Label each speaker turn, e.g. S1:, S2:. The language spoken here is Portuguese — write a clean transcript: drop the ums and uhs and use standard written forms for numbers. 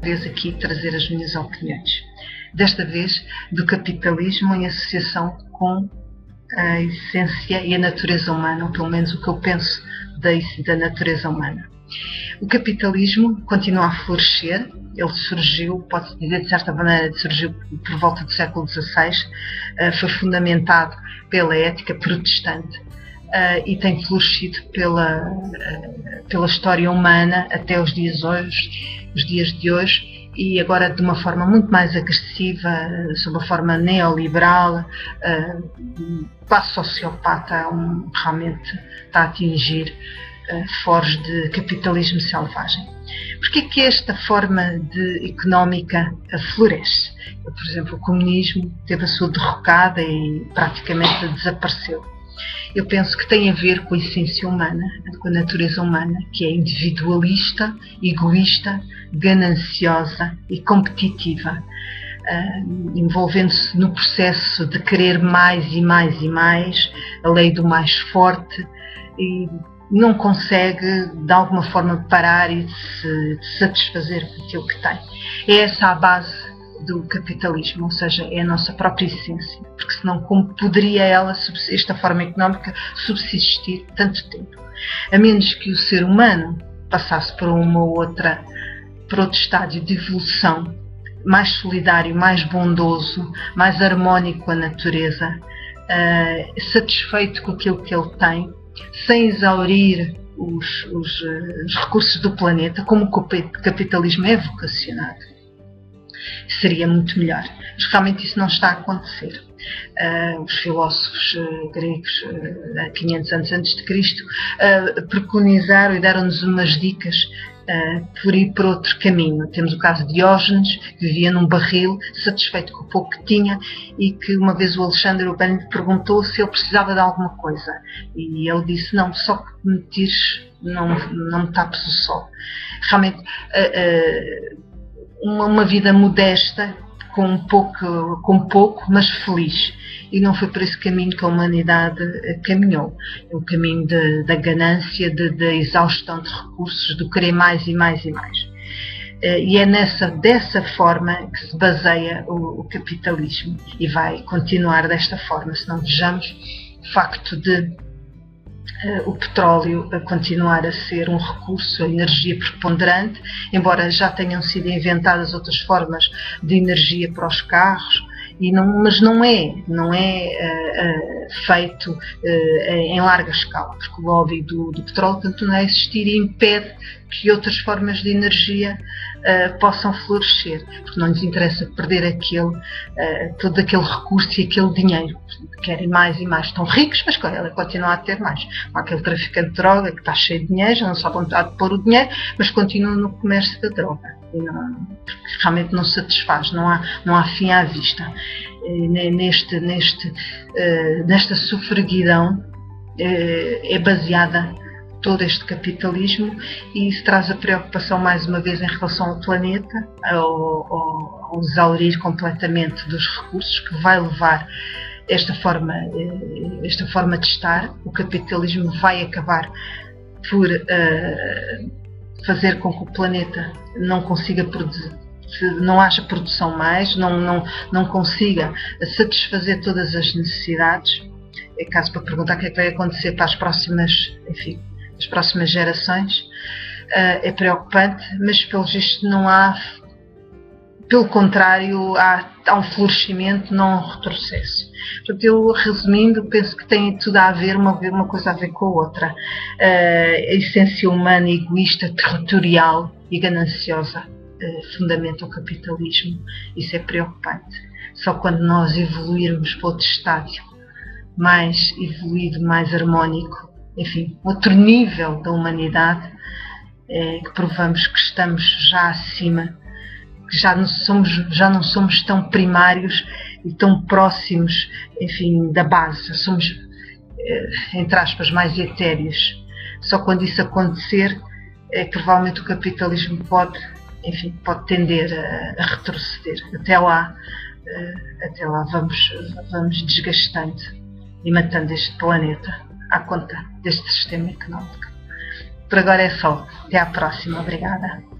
S1: vez aqui trazer as minhas opiniões. Desta vez do capitalismo em associação com a essência e a natureza humana, ou pelo menos o que eu penso da natureza humana. O capitalismo continua a florescer. Ele surgiu, pode-se dizer de certa maneira, surgiu por volta do século XVI, foi fundamentado pela ética protestante e tem florescido pela história humana até os dias de hoje, e agora de uma forma muito mais agressiva, sob a forma neoliberal, quase sociopata, realmente está a atingir foros de capitalismo selvagem. Porquê que esta forma económica floresce? Por exemplo, o comunismo teve a sua derrocada e praticamente desapareceu. Eu penso que tem a ver com a essência humana, com a natureza humana, que é individualista, egoísta, gananciosa e competitiva, envolvendo-se no processo de querer mais e mais e mais, a lei do mais forte, e não consegue de alguma forma parar e se satisfazer com aquilo que tem. É essa a base do capitalismo, ou seja, é a nossa própria essência, porque senão como poderia esta forma económica subsistir tanto tempo? A menos que o ser humano passasse por outro estádio de evolução, mais solidário, mais bondoso, mais harmónico com a natureza, satisfeito com aquilo que ele tem, sem exaurir os recursos do planeta, como o capitalismo é vocacionado. Seria muito melhor. Mas realmente isso não está a acontecer. Os filósofos gregos, há 500 anos antes de Cristo, preconizaram e deram-nos umas dicas por ir por outro caminho. Temos o caso de Diógenes, que vivia num barril, satisfeito com o pouco que tinha, e que uma vez o Alexandre o Grande lhe perguntou se ele precisava de alguma coisa. E ele disse, não, só que me tires, não me tapes o sol. Realmente, uma vida modesta, com pouco, mas feliz. E não foi por esse caminho que a humanidade caminhou. É o caminho da ganância, da exaustão de recursos, do querer mais e mais e mais. E é dessa forma que se baseia o capitalismo. E vai continuar desta forma, se não vejamos o facto de o petróleo a continuar a ser um recurso, a energia preponderante, embora já tenham sido inventadas outras formas de energia para os carros, mas não é feito em larga escala, porque o lobby do petróleo continua a existir e impede que outras formas de energia possam florescer, porque não lhes interessa perder todo aquele recurso e aquele dinheiro. Querem mais e mais, estão ricos, mas continuam a ter mais. Há aquele traficante de droga que está cheio de dinheiro, já não só vontade de pôr o dinheiro, mas continua no comércio da droga. Realmente não satisfaz, não há fim à vista. Nesta sofreguidão é baseada todo este capitalismo, e isso traz a preocupação mais uma vez em relação ao planeta, ao exaurir completamente dos recursos, que vai levar esta forma de estar. O capitalismo vai acabar por fazer com que o planeta não consiga produzir, não haja produção mais, não consiga satisfazer todas as necessidades. É caso para perguntar o que é que vai acontecer para as próximas gerações. É preocupante, mas pelo visto não há, pelo contrário, há um florescimento, não um retrocesso. Portanto, eu, resumindo, penso que tem tudo a ver, uma coisa a ver com a outra. A essência humana, egoísta, territorial e gananciosa fundamenta o capitalismo. Isso é preocupante. Só quando nós evoluirmos para outro estádio, mais evoluído, mais harmónico, enfim, outro nível da humanidade, que provamos que estamos já acima, que já não somos tão primários e tão próximos, enfim, da base. Somos, entre aspas, mais etéreos. Só quando isso acontecer é que provavelmente o capitalismo pode tender a retroceder. Até lá vamos desgastando e matando este planeta à conta deste sistema económico. Por agora é só. Até à próxima. Obrigada.